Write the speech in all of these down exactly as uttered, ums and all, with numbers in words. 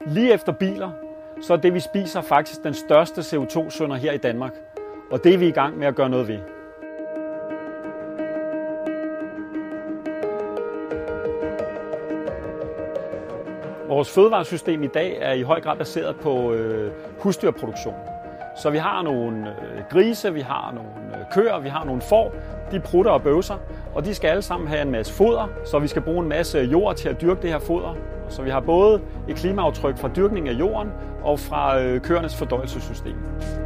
Lige efter biler, så er det, vi spiser, faktisk den største C O to synder her i Danmark. Og det er vi i gang med at gøre noget ved. Vores fødevaresystem i dag er i høj grad baseret på øh, husdyrproduktion. Så vi har nogle øh, grise, vi har nogle øh, køer, vi har nogle får. De prutter og bøvser, og de skal alle sammen have en masse foder, så vi skal bruge en masse jord til at dyrke det her foder. Så vi har både et klimaaftryk fra dyrkning af jorden og fra øh, køernes fordøjelsessystem.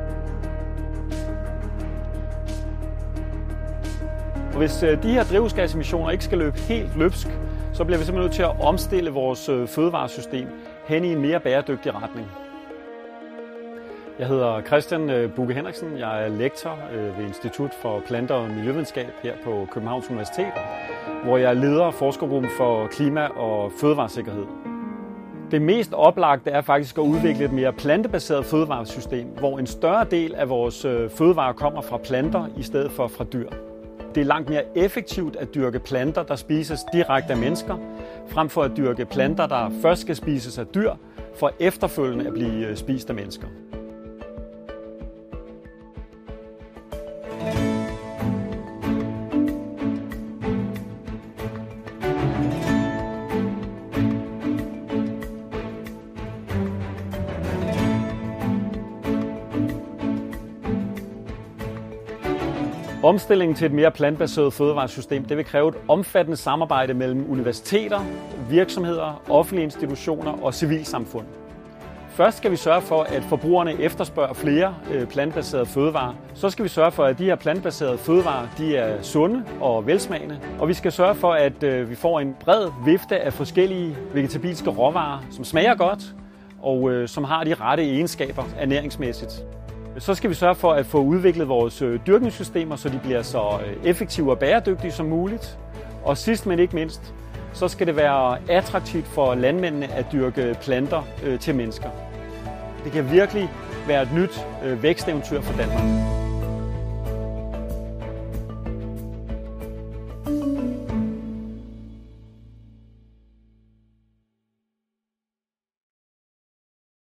Og hvis øh, de her drivhusgasemissioner ikke skal løbe helt løbsk, så bliver vi simpelthen nødt til at omstille vores øh, fødevaresystem hen i en mere bæredygtig retning. Jeg hedder Christian Bugge Henriksen. Jeg er lektor ved Institut for Plante- og Miljøvidenskab her på Københavns Universitet, hvor jeg leder forskergruppen for klima- og fødevaresikkerhed. Det mest oplagte er faktisk at udvikle et mere plantebaseret fødevaresystem, hvor en større del af vores fødevarer kommer fra planter i stedet for fra dyr. Det er langt mere effektivt at dyrke planter, der spises direkte af mennesker, frem for at dyrke planter, der først skal spises af dyr, for efterfølgende at blive spist af mennesker. Omstillingen til et mere plantebaseret fødevaresystem det vil kræve et omfattende samarbejde mellem universiteter, virksomheder, offentlige institutioner og civilsamfund. Først skal vi sørge for, at forbrugerne efterspørger flere plantbaserede fødevarer. Så skal vi sørge for, at de her plantbaserede fødevarer de er sunde og velsmagende. Og vi skal sørge for, at vi får en bred vifte af forskellige vegetabilske råvarer, som smager godt og som har de rette egenskaber ernæringsmæssigt. Så skal vi sørge for at få udviklet vores dyrkningssystemer, så de bliver så effektive og bæredygtige som muligt. Og sidst men ikke mindst, så skal det være attraktivt for landmændene at dyrke planter til mennesker. Det kan virkelig være et nyt væksteventyr for Danmark.